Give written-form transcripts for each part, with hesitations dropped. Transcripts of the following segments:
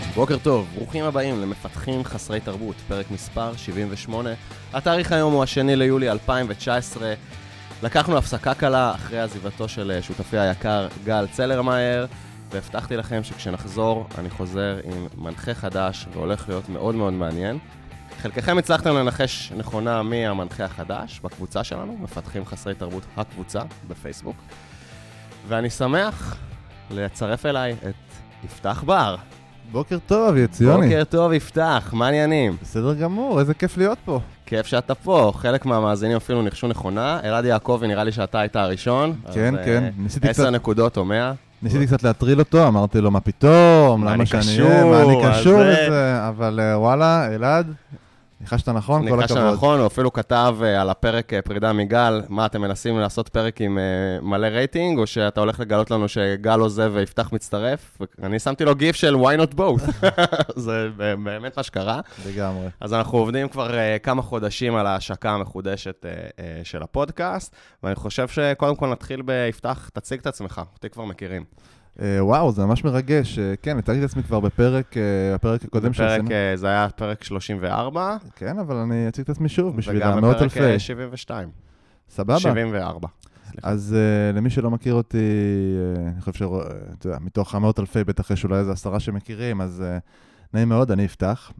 בוקר טוב, ברוכים הבאים למפתחים חסרי תרבות, פרק מספר 78. התאריך היום הוא 2 ליולי 2019. לקחנו הפסקה קלה אחרי עזיבתו של שותפי היקר גל צלרמייר, והבטחתי לכם שכשנחזור אני חוזר עם מנחה חדש והולך להיות מאוד מאוד מעניין. חלקכם הצלחתם לנחש נכונה מי המנחה החדש בקבוצה שלנו, מפתחים חסרי תרבות הקבוצה בפייסבוק. ואני שמח לצרף אליי את יפתח בר. בוקר טוב, יציוני. בוקר טוב, יפתח, מה העניינים? בסדר גמור, איזה כיף להיות פה. כיף שאתה פה, חלק מהמאזינים אפילו נחשו נכונה. אלעד יעקבי, נראה לי שאתה היית הראשון. כן, כן. 10 נקודות או 100. ניסיתי קצת להטריל אותו, אמרתי לו מה פתאום, למה שאני אהיה, מה אני קשור לזה, אבל וואלה, אלעד, ניחשת נכון, כל הכבוד. ניחשת נכון, הוא אפילו כתב על הפרק פרידה מגל, מה אתם מנסים לעשות פרק עם מלא רייטינג, או שאתה הולך לגלות לנו שגל עוזב ויפתח מצטרף? אני שמתי לו גיף של why not both. זה באמת מה שקרה. לגמרי. אז אנחנו עובדים כבר כמה חודשים על ההשקה המחודשת של הפודקאסט, ואני חושב שקודם כל נתחיל ביפתח, תציג את עצמך, אותי כבר מכירים. וואו, זה ממש מרגש. כן, הצגתי את עצמי כבר בפרק הקודם שעשינו. זה היה פרק 34. כן, אבל אני אציג את עצמי שוב, בשביל המאות אלפי. וגם בפרק 72. סבבה. 74. אז למי שלא מכיר אותי, אני חושב מתוך המאות אלפי, בטח יש אולי איזה 10 שמכירים, אז נעים מאוד, אני אפתח.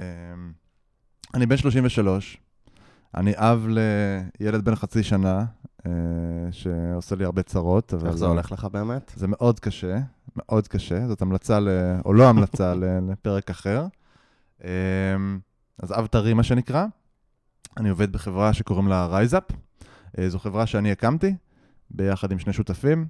אני בן 33, אני אב לילד בן חצי שנה, שעושה לי הרבה צרות. איך זה הולך לך באמת? זה מאוד קשה, מאוד קשה. זאת המלצה, או לא המלצה, לפרק אחר. אז אב טרי מה שנקרא. אני עובד בחברה שקוראים לה רייזאפ. זו חברה שאני הקמתי, ביחד עם 2 שותפים.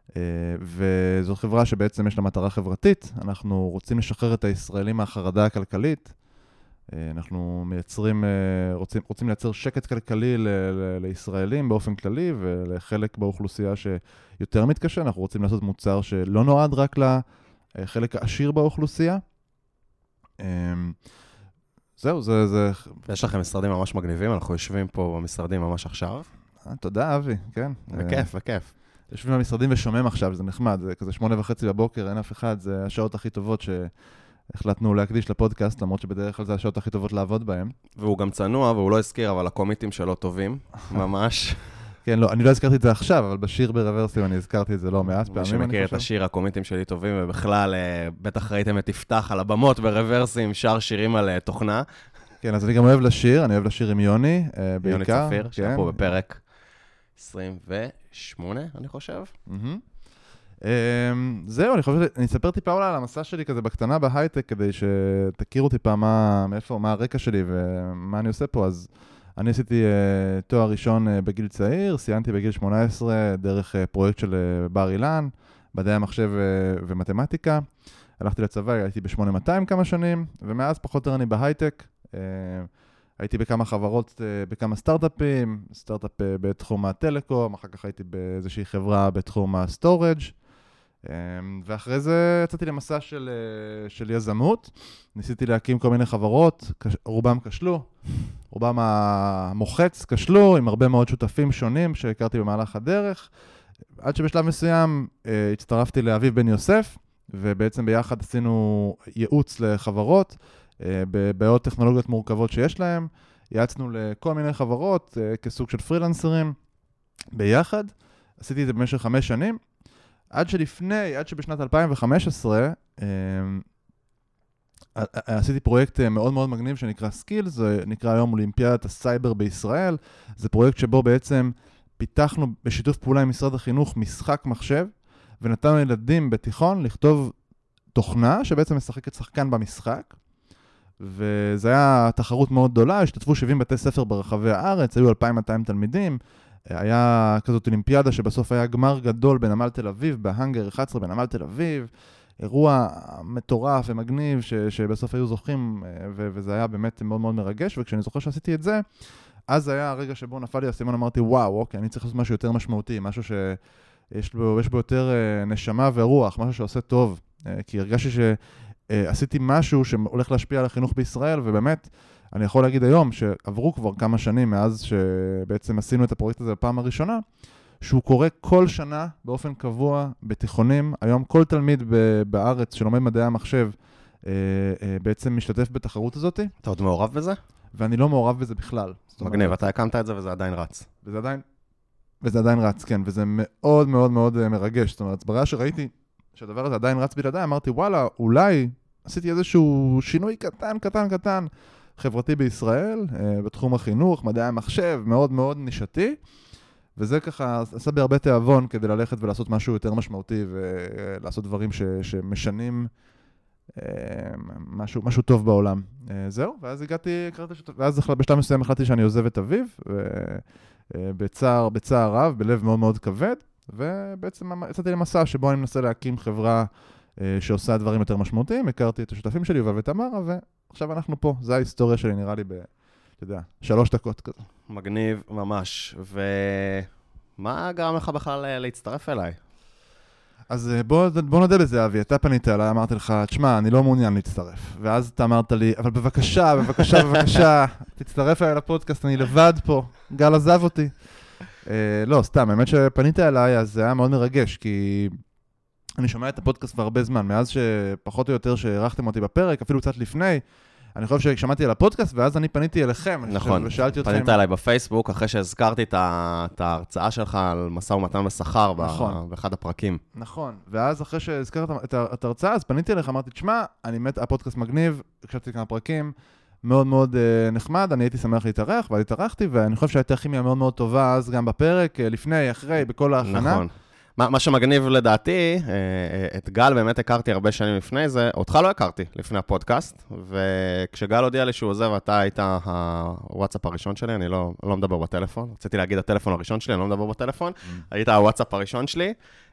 וזו חברה שבעצם יש לה מטרה חברתית. אנחנו רוצים לשחרר את הישראלים מהחרדה הכלכלית. אנחנו רוצים לייצר שקט כלכלי לישראלים באופן כללי, ולחלק באוכלוסייה שיותר מתקשה. אנחנו רוצים לעשות מוצר שלא נועד רק לחלק העשיר באוכלוסייה. זהו, זה... יש לכם משרדים ממש מגניבים, אנחנו יושבים פה במשרדים ממש עכשיו. תודה, אבי, כן. בכיף, בכיף. יושבים במשרדים ושומעים עכשיו, זה נחמד, זה כזה 8:30 בבוקר, אין אף אחד, זה השעות הכי טובות החלטנו להקדיש לפודקאסט, למרות שבדרך כלל זה השעות הכי טובות לעבוד בהם. והוא גם צנוע, והוא לא הזכיר, אבל הקומיטים שלו טובים, ממש. כן, לא, אני לא הזכרתי את זה עכשיו, אבל בשיר ברוורסים אני הזכרתי את זה לא מעט פעמים. מי שמכיר את השיר, הקומיטים שלי טובים, ובכלל, בטח ראיתם את יפתח על הבמות ברוורסים, שר שירים על תוכנה. כן, אז אני גם אוהב לשיר, אני אוהב לשיר עם יוני, בעיקר. יוני צפיר, שהיה פה בפרק 28, אני חושב. זהו, אני אספר טיפה אולי על המסע שלי כזה בקטנה בהייטק, כדי שתכירו טיפה מה הרקע שלי ומה אני עושה פה. אז אני עשיתי תואר ראשון בגיל צעיר, סיימתי בגיל 18 דרך פרויקט של בר אילן, מדעי המחשב ומתמטיקה. הלכתי לצבא, הייתי ב-8200 כמה שנים, ומאז פחות או יותר אני בהייטק. הייתי בכמה חברות, בכמה סטארט-אפים, סטארט-אפ בתחום הטלקום, אחר כך הייתי באיזושהי חברה בתחום הסטורג', ואחרי זה יצאתי למסע של יזמות, ניסיתי להקים כל מיני חברות, רובם כשלו, רובם המוחץ כשלו, עם הרבה מאוד שותפים שונים שהכרתי במהלך הדרך, עד שבשלב מסוים הצטרפתי לאביב בן יוסף, ובעצם ביחד עשינו ייעוץ לחברות, בבעיות טכנולוגיות מורכבות שיש להם, יעצנו לכל מיני חברות כסוג של פרילנסרים ביחד, עשיתי את זה במשך 5 שנים, עד שבשנת 2015 עשיתי פרויקט מאוד מאוד מגניב שנקרא סקילס, זה נקרא היום אולימפיאדת הסייבר בישראל, זה פרויקט שבו בעצם פיתחנו בשיתוף פעולה עם משרד החינוך משחק מחשב, ונתנו לילדים בתיכון לכתוב תוכנה שבעצם משחקת שחקן במשחק, וזה היה תחרות מאוד גדולה, השתתפו 70 בתי ספר ברחבי הארץ, היו 2,200 תלמידים, היה כזאת אולימפיאדה שבסוף היה גמר גדול בנמל תל אביב, בהנגר 11 בנמל תל אביב, אירוע מטורף ומגניב שבסוף היו זוכים, וזה היה באמת מאוד מאוד מרגש, וכשאני זוכר שעשיתי את זה, אז היה הרגע שבו נפל לי הסימן, אמרתי, וואו, אוקיי, אני צריך לעשות משהו יותר משמעותי, משהו שיש בו יותר נשמה ורוח, משהו שעושה טוב, כי הרגשתי שעשיתי משהו שהולך להשפיע על החינוך בישראל, ובאמת, אני יכול להגיד היום שעברו כבר כמה שנים מאז שבעצם עשינו את הפרויקט הזה בפעם הראשונה, שהוא קורה כל שנה באופן קבוע בתיכונים. היום כל תלמיד בארץ שלומד מדעי המחשב בעצם משתתף בתחרות הזאת. אתה עוד מעורב בזה? ואני לא מעורב בזה בכלל. מגניב, אתה הקמת את זה וזה עדיין רץ. וזה עדיין רץ, כן, וזה מאוד מאוד מאוד מרגש. זאת אומרת, ברגע שראיתי שהדבר הזה עדיין רץ בלעדיי, אמרתי, וואלה, אולי עשיתי איזשהו שינוי קטן, חברתי בישראל, בתחום החינוך, מדעי המחשב, מאוד מאוד נישתי, וזה ככה עשה בי הרבה תיאבון כדי ללכת ולעשות משהו יותר משמעותי, ולעשות דברים שמשנים משהו טוב בעולם. זהו, ואז ואז בשלב מסוים החלטתי שאני עוזב את אביב, בצער רב, בלב מאוד מאוד כבד, ובעצם יצאתי למסע שבו אני מנסה להקים חברה שעושה דברים יותר משמעותיים, הכרתי את השותפים שלי, יובל ותמרה, ועכשיו אנחנו פה. זו ההיסטוריה שלי, נראה לי אתה יודע, 3 דקות כזה. מגניב ממש. ומה גרם לך בכלל להצטרף אליי? אז בוא נדע בזה, אבי. אתה פנית אליי, אמרתי לך, תשמע, אני לא מעוניין להצטרף. ואז אתה אמרת לי, אבל בבקשה, תצטרף אליי לפודקאסט, אני לבד פה, גל עזב אותי. לא, סתם, האמת שפנית אליי, אז זה היה מאוד מרגש, כי אני שומע את הפודקאסט כבר הרבה זמן, מאז שפחות או יותר שערכתם אותי בפרק, אפילו קצת לפני, אני חושב ששמעתי על הפודקאסט, ואז אני פניתי אליכם, נכון, ושאלתי אתכם... פנית אליי בפייסבוק, אחרי שהזכרתי את ההרצאה שלך על משא ומתן בשכר, באחד הפרקים. נכון, ואז אחרי שהזכרת את ההרצאה, אז פניתי אליך, אמרתי, תשמע, אני מת, הפודקאסט מגניב, הקשבתי כמה פרקים, מאוד מאוד נחמד, אני הייתי שמח להתארח, ואז התארחתי, ואני חושב שהייתה כימיה מאוד מאוד טובה, אז גם בפרק, לפני, אחרי, בכל ההכנה. נכון. מה שמגניב לדעתי, את גל באמת הכרתי הרבה שנים לפני זה, אותך לא הכרתי לפני הפודקאסט, וכשגל הודיע לי שהוא עוזב, אתה היית הוואטסאפ הראשון שלי, אני לא מדבר בטלפון, רציתי להגיד הטלפון הראשון שלי, אני לא מדבר בטלפון, היית הוואטסאפ הראשון שלי,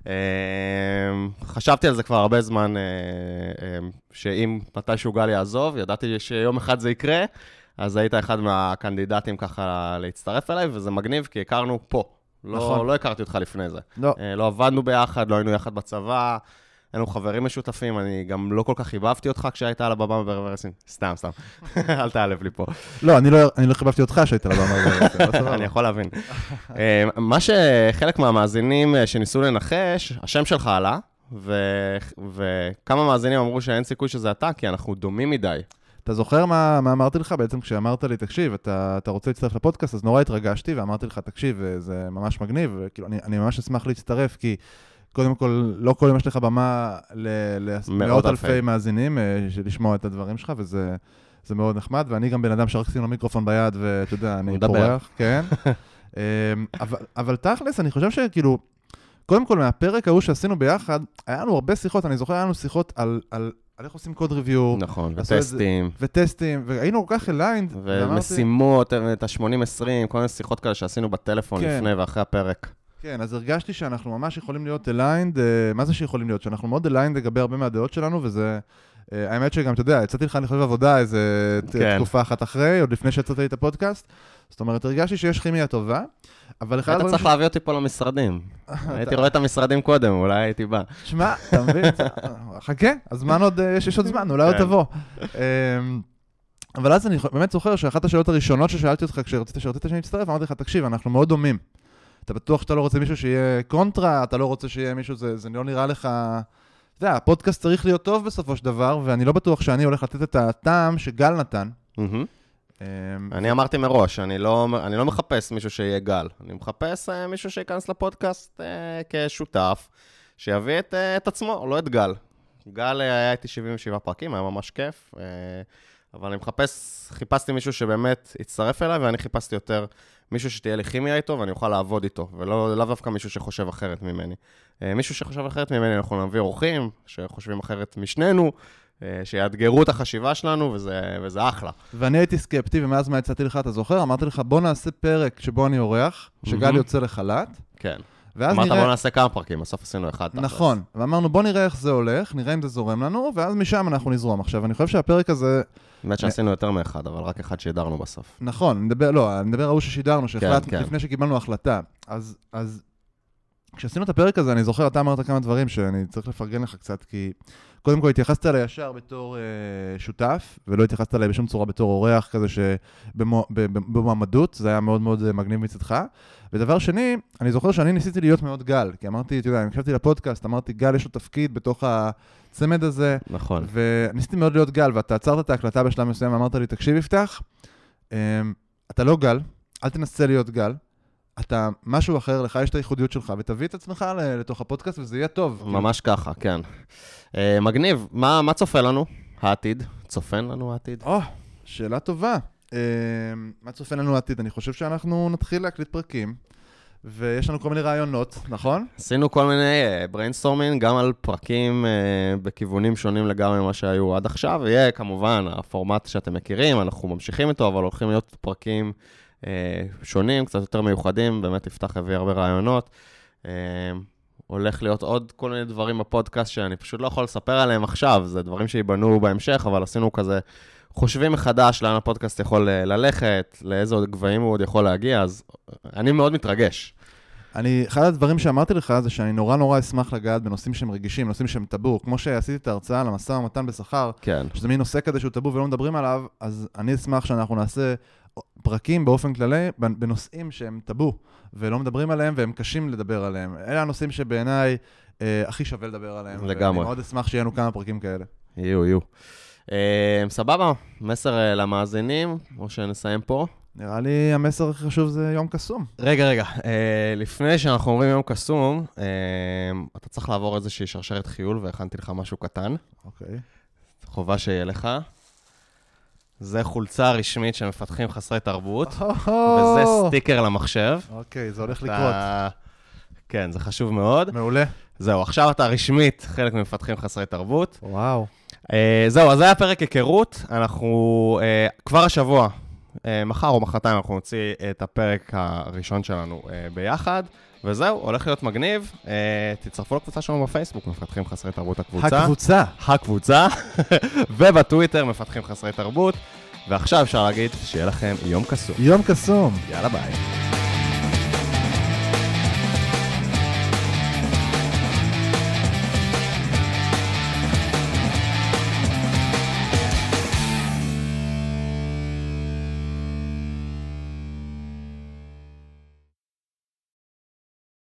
חשבתי על זה כבר הרבה זמן, שאם מתישהו גל יעזוב, ידעתי שיום אחד זה יקרה, אז היית אחד מהקנדידטים ככה להצטרף אליי, וזה מגניב כי הכרנו פה. לא הכרתי אותך לפני זה. לא עבדנו ביחד, לא היינו יחד בצבא, היינו חברים משותפים, אני גם לא כל כך חיבבתי אותך כשהיית על הבמה ברוורסים. סתם. אל תעלב לי פה. לא, אני לא חיבבתי אותך כשהיית על הבמה ברוורסים. אני יכול להבין. מה שחלק מהמאזינים שניסו לנחש, השם שלך עלה, וכמה מאזינים אמרו שאין סיכוי שזה אתה, כי אנחנו דומים מדי. אתה זוכר מה אמרתי לך בעצם כשאמרת לי, תקשיב, אתה רוצה להצטרף לפודקאסט, אז נורא התרגשתי ואמרתי לך, תקשיב, זה ממש מגניב, וכאילו, אני ממש אשמח להצטרף, כי קודם כל, לא כל יום יש לך במה למאות אלפי מאזינים, לשמוע את הדברים שלך, וזה מאוד נחמד, ואני גם בן אדם שרק שים לו מיקרופון ביד, ואתה יודע, אני פורח, כן. אבל תכלס, אני חושב שכאילו, קודם כל, מהפרק ההוא שעשינו ביחד, היה לנו הרבה שיחות, אני זוכר, היה לנו שיחות על איך עושים קוד ריוויו. נכון, וטסטים, והיינו כל כך אליינד. ומשימות, את ה-80-20, כל מיני שיחות כאלה שעשינו בטלפון לפני ואחרי הפרק. כן, אז הרגשתי שאנחנו ממש יכולים להיות אליינד, מה זה שיכולים להיות? שאנחנו מאוד אליינד לגבי הרבה מהדעות שלנו, וזה, האמת שגם, אתה יודע, יצאתי לך, אני חושב, עבודה איזה תקופה אחת אחרי, עוד לפני שיצאתי לי את הפודקאסט. זאת אומרת, הרגשתי שיש כימיה טובה, אבל היית צריך להביא אותי פה למשרדים. הייתי רואה את המשרדים קודם, אולי הייתי בא. שמע, אתה מבין? חכה, הזמן עוד, יש עוד זמן, אולי עוד תבוא. אבל אז אני באמת זוכר שאחת השאלות הראשונות ששאלתי אותך כשרצית שאני אצטרף, אמרתי לך, תקשיב, אנחנו מאוד דומים. אתה בטוח שאתה לא רוצה מישהו שיהיה קונטרה, אתה לא רוצה שיהיה מישהו, זה לא נראה לך... אתה יודע, הפודקאסט צריך להיות טוב בסופו של דבר, ואני לא בטוח שאני הולך לתת את הטעם שגל נתן. אני אמרתי מראש, אני לא מחפש מישהו שיהיה גל, אני מחפש מישהו שיכנס לפודקאסט כשותף, שיביא את עצמו, לא את גל. גל היה איתי 77 פרקים, היה ממש כיף, אבל אני חיפשתי מישהו שבאמת יצטרף אליי, ואני חיפשתי יותר מישהו שתהיה לי כימיה איתו, ואני אוכל לעבוד איתו, ולא דווקא מישהו שחושב אחרת ממני. מישהו שחושב אחרת ממני, אנחנו נביא אורחים שחושבים אחרת משנינו, שיאתגרו את החשיבה שלנו, וזה אחלה. ואני הייתי סקפטי, ומאז מה יצאתי לך, אתה זוכר? אמרתי לך, בוא נעשה פרק שבו אני אורח, שגל יוצא לחל"ת. כן. אמרת, בוא נעשה כמה פרקים, בסוף עשינו אחד. נכון. ואמרנו, בוא נראה איך זה הולך, נראה אם זה זורם לנו, ואז משם אנחנו נזרום. עכשיו, אני חושב שהפרק הזה... באמת שעשינו יותר מאחד, אבל רק אחד שידרנו בסוף. נכון, אני מדבר על ששידרנו, לפני שקיבלנו החלטה. אז כשעשינו את הפרק הזה, אני זוכר, אתה אמרת כמה דברים שאני צריך לפרגן לך קצת, כי קודם כל התייחסת אליי ישר בתור שותף, ולא התייחסת אליי בשום צורה בתור אורח כזה שבמועמדות, זה היה מאוד מאוד מגניב מצדך. ודבר שני, אני זוכר שאני ניסיתי להיות מאוד גל, כי אמרתי, אתה יודע, אני הקשבתי לפודקאסט, אמרתי, גל יש לו תפקיד בתוך הצמד הזה. נכון. וניסיתי מאוד להיות גל, ואתה עצרת את ההקלטה בשלב מסוים, ואמרת לי, תקשיב יפתח, אתה לא גל, אל תנסה להיות גל, אתה משהו אחר, לך יש את הייחודיות שלך, ותביא את עצמך לתוך הפודקאסט, וזה יהיה טוב. ממש ככה, כן. מגניב, מה צופה לנו? העתיד? צופן לנו העתיד? שאלה טובה. מה צופן לנו העתיד? אני חושב שאנחנו נתחיל להקליט פרקים, ויש לנו כל מיני רעיונות, נכון? עשינו כל מיני brainstorming, גם על פרקים בכיוונים שונים לגמרי ממה שהיו עד עכשיו, ויהיה כמובן הפורמט שאתם מכירים, אנחנו ממשיכים איתו, אבל הולכים להיות פרקים שונים, קצת יותר מיוחדים, באמת יפתח הביא הרבה רעיונות. הולך להיות עוד כל מיני דברים בפודקאסט שאני פשוט לא יכול לספר עליהם עכשיו, זה דברים שיבנו בהמשך, אבל עשינו כזה, חושבים מחדש לאן הפודקאסט יכול ללכת, לאיזה עוד גבהים הוא עוד יכול להגיע, אז אני מאוד מתרגש. אחד הדברים שאמרתי לך זה שאני נורא אשמח לגעת בנושאים שהם רגישים, נושאים שהם טאבו, כמו שעשיתי את ההרצאה על המשא ומתן בשכר, כן. שזה מין נושא כזה שהוא טאבו ולא מדברים עליו, אז אני אשמח שאנחנו נעשה פרקים באופן כללי בנושאים שהם טאבו, ולא מדברים עליהם והם קשים לדבר עליהם. אלה הנושאים שבעיניי הכי שווה לדבר עליהם. לגמרי. ואני מאוד אשמח שיהיו לנו כמה פרקים כאלה. יהיו. סבבה, מסר למאזינים, או שנסיים פה. נראה לי המסר הכי חשוב זה יום קסום. רגע, לפני שאנחנו אומרים יום קסום, אתה צריך לעבור איזושהי שרשרת חיול, והכנתי לך משהו קטן. אוקיי. חובה שיהיה לך. זה חולצה רשמית שמפתחים חסרי תרבות, וזה סטיקר למחשב. אוקיי, זה הולך לקרות. כן, זה חשוב מאוד. מעולה. זהו, עכשיו אתה רשמית חלק ממפתחים חסרי תרבות. וואו. זהו, אז זה היה פרק היכרות. אנחנו כבר השבוע, מחר או מחרתיים, אנחנו נוציא את הפרק הראשון שלנו ביחד, וזהו, הולך להיות מגניב. תצטרפו לקבוצה שלנו בפייסבוק, מפתחים חסרי תרבות הקבוצה, ובטוויטר, מפתחים חסרי תרבות, ועכשיו אפשר להגיד שיהיה לכם יום קסום. יום קסום. יאללה ביי.